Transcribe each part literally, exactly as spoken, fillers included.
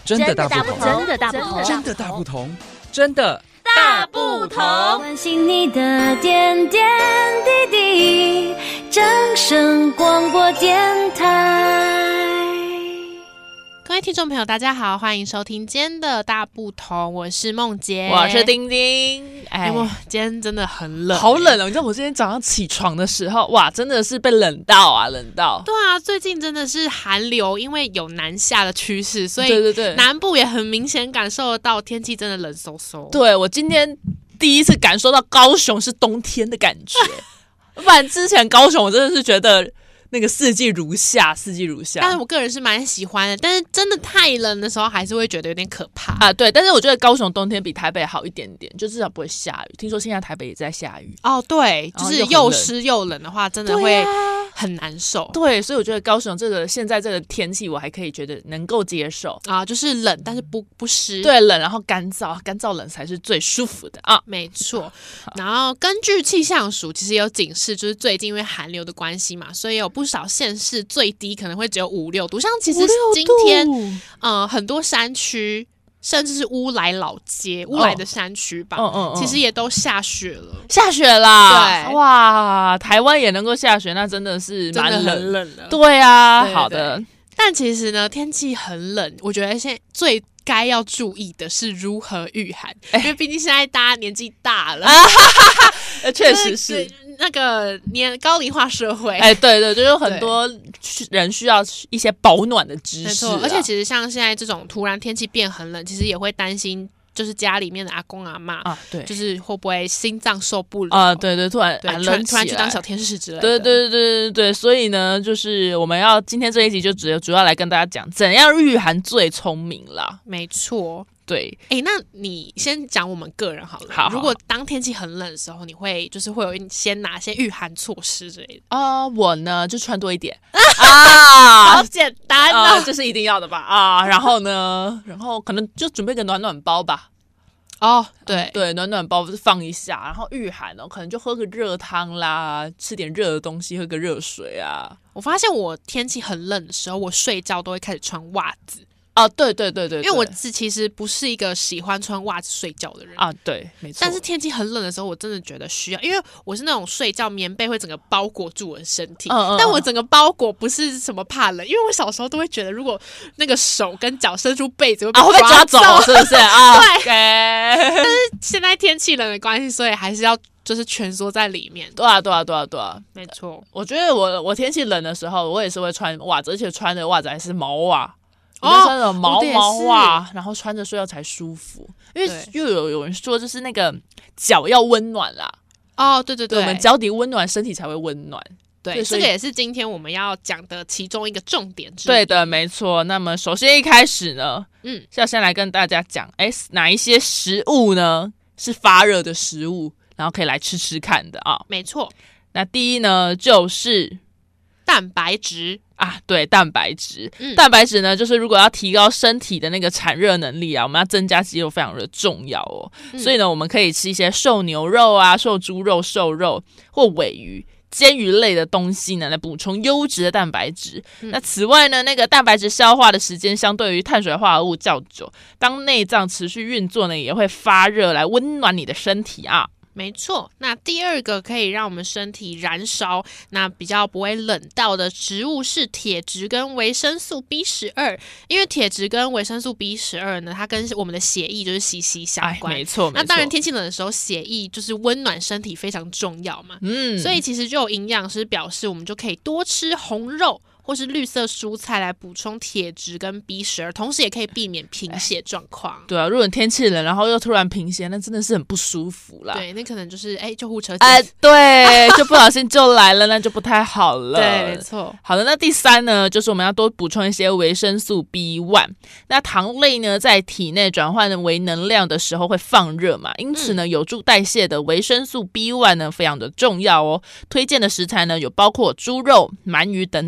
真的大不同， 真的大不同， 真的大不同，真的大不同。关心你的点点滴滴，掌声广播电台。 各位听众朋友大家好，欢迎收听今天的大不同，我是梦洁， 我是丁丁。 哎，我今天真的很冷， 好冷哦！你知道我今天早上起床的时候，哇，真的是被冷到啊，冷到。 对啊，最近真的是寒流，因为有南下的趋势，所以对对对， 南部也很明显感受得到天气真的冷飕飕。 对，我今天第一次感受到高雄是冬天的感觉，不然之前高雄我真的是觉得那个四季如夏，四季如夏。 但是我个人是蛮喜欢的，但是真的太冷的时候，还是会觉得有点可怕啊。对，但是我觉得高雄冬天比台北好一点点，就至少不会下雨。听说现在台北也在下雨。 哦，对，就是又湿又冷的话，真的会很难受。 对，所以我觉得高雄这个现在这个天气，我还可以觉得能够接受啊，就是冷，但是不不湿。 对，冷然后干燥，干燥冷才是最舒服的啊。 没错。然后根据气象署其实有警示，就是最近因为寒流的关系嘛，所以有不少县市最低可能会只有五六度，像其实今天呃很多山区，甚至是乌来老街、乌来的山区吧， 嗯嗯嗯， 其实也都下雪了， 下雪啦！ 对， 哇，台湾也能够下雪，那真的是蛮冷， 真的很冷的。 对啊， 对对对， 好的。 但其实呢，天气很冷，我觉得现在最该要注意的是如何御寒，欸、因为毕竟现在大家年纪大了， 确实是那个年高龄化社会。 哎、欸，对对，就有很多人需要一些保暖的知识、啊。 没错，而且其实像现在这种突然天气变很冷，其实也会担心。就是家里面的阿公阿嬷啊，对，就是会不会心脏受不了啊？对对，突然对冷突然去当小天使之类的。 对对对对对，所以呢，就是我们要今天这一集就主要主要来跟大家讲怎样御寒最聪明啦。 没错， 对。 哎，那你先讲我们个人好了。 好，好， 如果当天气很冷的时候，你会就是会有一些哪些御寒措施之类的啊、呃？我呢就穿多一点啊， 好简单哦、 呃，这是一定要的吧？啊，然后呢，然后可能就准备个暖暖包吧。 哦，对、 嗯、对，暖暖包放一下，然后御寒哦，可能就喝个热汤啦，吃点热的东西，喝个热水啊。 我发现我天气很冷的时候，我睡觉都会开始穿袜子。 哦，对对对 对, 对， 因为我自其实不是一个喜欢穿袜子睡觉的人啊，对，没错。 但是天气很冷的时候，我真的觉得需要，因为我是那种睡觉棉被会整个包裹住我的身体，嗯嗯，但我整个包裹不是什么怕冷，因为我小时候都会觉得，如果那个手跟脚伸出被子会被抓走，啊、会被抓走， 是不是啊？ 对。 Okay、 但是现在天气冷的关系，所以还是要就是蜷缩在里面。 对啊，对啊，对啊，对啊， 没错。 我觉得我我天气冷的时候，我也是会穿袜子，而且穿的袜子还是毛袜。哦，穿着毛毛袜，然后穿着睡觉才舒服。因为又有有人说，就是那个脚要温暖啦。 哦，对对 对, 对，我们脚底温暖，身体才会温暖。 对，这个也是今天我们要讲的其中一个重点之一。 对的，没错。那么首先一开始呢，嗯，要先来跟大家讲，哎，哪一些食物呢是发热的食物，然后可以来吃吃看的啊？ 没错。 那第一呢，就是蛋白质。 啊，对，蛋白质，嗯、蛋白质呢，就是如果要提高身体的那个产热能力啊，我们要增加肌肉非常的重要哦。嗯、所以呢，我们可以吃一些瘦牛肉啊、瘦猪肉、瘦肉或鲔鱼、煎鱼类的东西呢，来补充优质的蛋白质。嗯、那此外呢，那个蛋白质消化的时间相对于碳水化合物较久，当内脏持续运作呢，也会发热来温暖你的身体啊。 没错，那第二个可以让我们身体燃烧，那比较不会冷到的植物是铁质跟维生素 B 十二， 因为铁质跟维生素 B 十二 呢，它跟我们的血液就是息息相关。 没错， 那当然天气冷的时候，血液就是温暖身体非常重要嘛。嗯，所以其实就有营养师表示，我们就可以多吃红肉或是绿色蔬菜来补充铁质跟 B 十二， 同时也可以避免贫血状况。 对啊，如果天气冷，然后又突然贫血，那真的是很不舒服啦。 对，那可能就是哎，救护车哎、呃，对，就不小心就来了，那就不太好了。 对，没错。 好的，那第三呢，就是我们要多补充一些维生素 B 一。那糖类呢，在体内转换为能量的时候会放热嘛，因此呢，嗯、有助代谢的维生素 B 一 呢，非常的重要哦。推荐的食材呢，有包括猪肉、鳗鱼等等。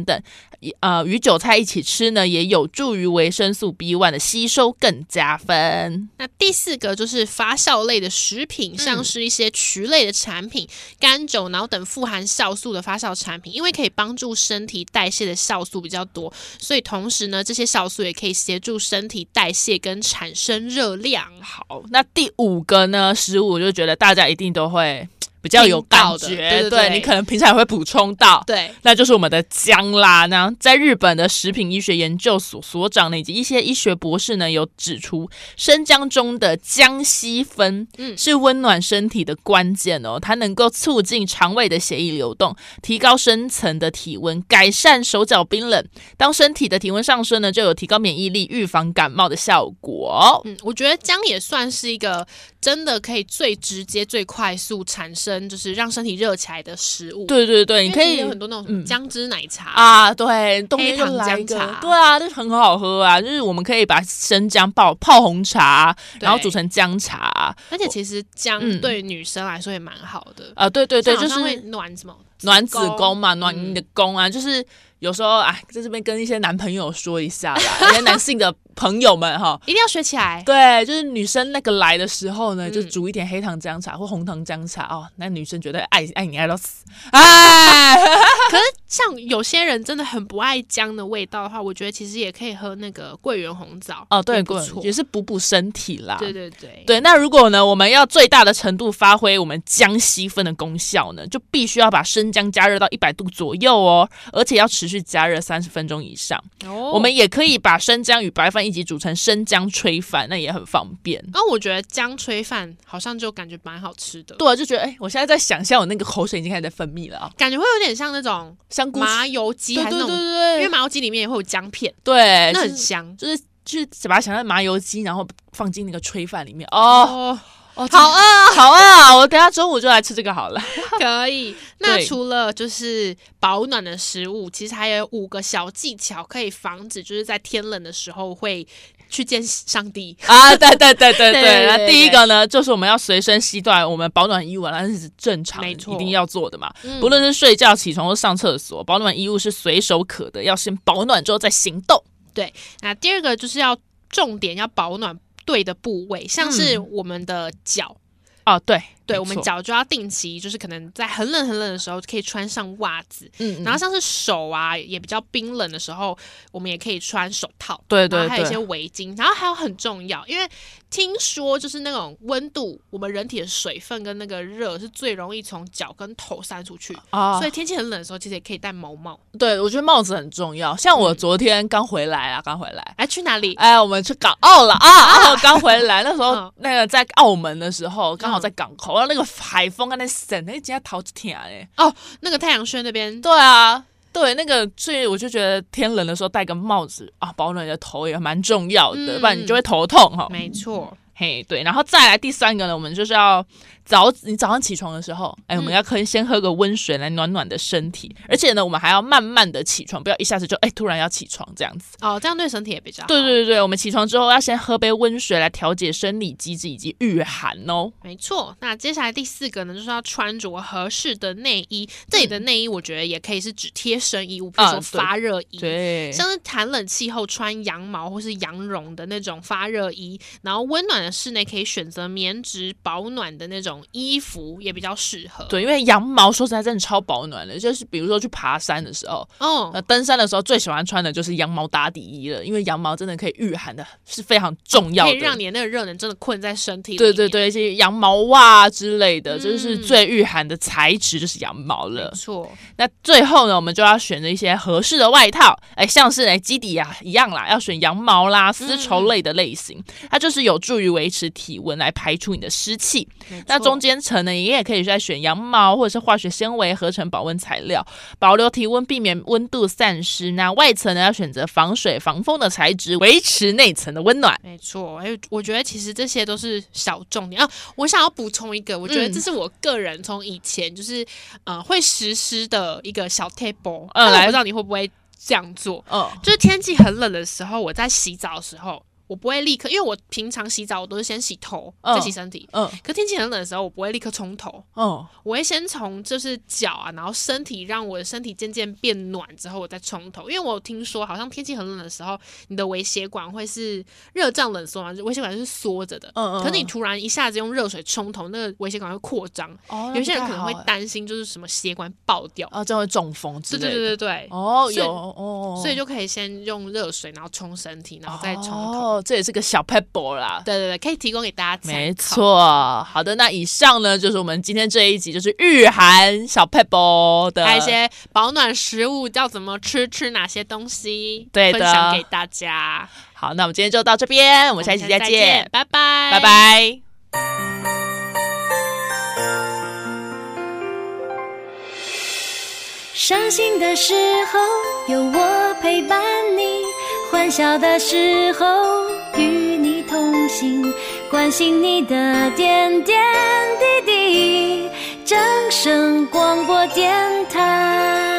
呃与韭菜一起吃呢，也有助于维生素 B 一 的吸收，更加分。 那第四个就是发酵类的食品，像是一些曲类的产品、甘酒、脑等富含酵素的发酵产品，因为可以帮助身体代谢的酵素比较多，所以同时呢，这些酵素也可以协助身体代谢跟产生热量。 好，那第五个呢，食物我就觉得大家一定都会比较有感觉， 对对对， 对你可能平常也会补充到， 对， 那就是我们的姜啦。那在日本的食品医学研究所所长呢，以及一些医学博士呢，有指出生姜中的姜烯酚嗯是温暖身体的关键哦，它能够促进肠胃的血液流动，提高深层的体温，改善手脚冰冷。当身体的体温上升呢，就有提高免疫力、预防感冒的效果。 嗯，我觉得姜也算是一个真的可以最直接、最快速产生。就是让身体热起来的食物， 对对对，你可以有很多那种什么姜汁奶茶、 嗯、啊，对，冬天就来一个， 黑糖姜茶， 对啊，就很好喝啊。就是我们可以把生姜泡泡红茶，然后煮成姜茶。 而且其实姜对女生来说也蛮好的啊、嗯，对对对，就是会暖什么暖子宫嘛， 嗯、 暖你的宫啊，就是有时候啊，在这边跟一些男朋友说一下啦，一些男性的朋友们哈， 一定要学起来。 对，就是女生那个来的时候呢， 嗯、 就煮一点黑糖姜茶或红糖姜茶哦，那女生觉得爱爱你爱到死，哎。 可是像有些人真的很不爱姜的味道的话，我觉得其实也可以喝那个桂圆红枣哦，对， 不错， 也是补补身体啦。 对对对对，那如果呢，我们要最大的程度发挥我们姜烯酚的功效呢，就必须要把生姜加热到一百度左右哦，而且要持续加热三十分钟以上。哦，我们也可以把生姜与白饭一起煮成生姜炊饭，那也很方便。 然后我觉得姜炊饭好像就感觉蛮好吃的。 对啊，就觉得哎、欸，我现在在想象我那个口水已经开始在分泌了啊， 感觉会有点像那种香菇麻油鸡，还是那种， 对对对对， 因为麻油鸡里面也会有姜片， 对， 那很香， 就是就是把它想象麻油鸡，然后放进那个炊饭里面哦。 哦哦，好啊，好啊！我等一下中午就来吃这个好了。 可以。那除了就是保暖的食物，其实还有五个小技巧可以防止，就是在天冷的时候会去见上帝啊！对对对对对对。那第一个呢，就是我们要随身携带我们保暖衣物，那是正常， 没错， 一定要做的嘛。 嗯、 不论是睡觉、起床或上厕所，保暖衣物是随手可得，要先保暖之后再行动。 对。那第二个就是要重点要保暖。对的部位，像是我们的脚、 嗯、哦，对对，我们脚就要定期，就是可能在很冷很冷的时候可以穿上袜子， 嗯， 然后像是手啊也比较冰冷的时候，我们也可以穿手套， 对对对， 还有一些围巾，然后还有很重要，因为听说就是那种温度，我们人体的水分跟那个热是最容易从脚跟头散出去啊，所以天气很冷的时候，其实也可以戴毛帽。 对，我觉得帽子很重要。像我昨天刚回来啊，刚、嗯、回来， 哎，去哪里？ 哎，我们去港澳了啊！刚、啊、回来那时候，嗯、那个在澳门的时候，刚好在港口，然后那个海风跟那省，那今天头疼哎。 哦，那个太阳穴那边， 对啊。对，那个，所以我就觉得天冷的时候戴个帽子啊，保暖你的头也蛮重要的，嗯、不然你就会头痛哈。 没错， 嘿，对，然后再来第三个呢，我们就是要早你早上起床的时候，哎，我们要喝先喝个温水来暖暖的身体，而且呢，我们还要慢慢的起床，不要一下子就哎突然要起床这样子。 哦，这样对身体也比较好。 对对对，我们起床之后要先喝杯温水来调节生理机制以及御寒哦。 没错，那接下来第四个呢，就是要穿着合适的内衣。这里的内衣我觉得也可以是指贴身衣物，比如说发热衣， 啊、对， 像是寒冷气候穿羊毛或是羊绒的那种发热衣，然后温暖的室内可以选择棉质保暖的那种衣服，也比较适合。 对，因为羊毛说实在真的超保暖的，就是比如说去爬山的时候，哦，呃，登山的时候最喜欢穿的就是羊毛打底衣了，因为羊毛真的可以御寒的，是非常重要的， 可以让你的那个热能真的困在身体里面。 对对对，一些羊毛袜之类的，嗯、就是最御寒的材质就是羊毛了。 没错。 那最后呢，我们就要选择一些合适的外套，哎，像是哎基底啊一样啦，要选羊毛啦、丝绸类的类型，嗯、它就是有助于维持体温，来排除你的湿气。那中间层呢，你也可以再选羊毛或者是化学纤维合成保温材料，保留体温，避免温度散失。那外层呢，要选择防水防风的材质，维持内层的温暖。 没错，哎，我觉得其实这些都是小重点啊。我想要补充一个，我觉得这是我个人从以前就是呃会实施的一个小 table，嗯，我不知道你会不会这样做。嗯，就是天气很冷的时候，我在洗澡的时候。 我不会立刻，因为我平常洗澡我都是先洗头、 嗯、 再洗身体， 嗯， 可天气很冷的时候我不会立刻冲头， 嗯， 我会先从就是脚啊，然后身体让我的身体渐渐变暖之后我再冲头，因为我听说好像天气很冷的时候你的微血管会是热胀冷缩嘛，微血管是缩着的，嗯嗯，可是你突然一下子用热水冲头，那个微血管会扩张，哦，有些人可能会担心就是什么血管爆掉， 哦，这样会中风之类的， 对对对对对， 哦，有哦， 所以就可以先用热水然后冲身体，然后再冲头， 哦，这也是个小 pebble 啦， 对对对，可以提供给大家参考。 没错，好的，那以上呢就是我们今天这一集就是御寒小 pebble 的， 还有一些保暖食物要怎么吃，吃哪些东西， 对的， 分享给大家。 好，那我们今天就到这边，我们下一集再见， 再见拜拜， 拜拜。 伤心的时候有我陪伴你，欢笑的时候与你同行，关心你的点点滴滴。正声广播电台。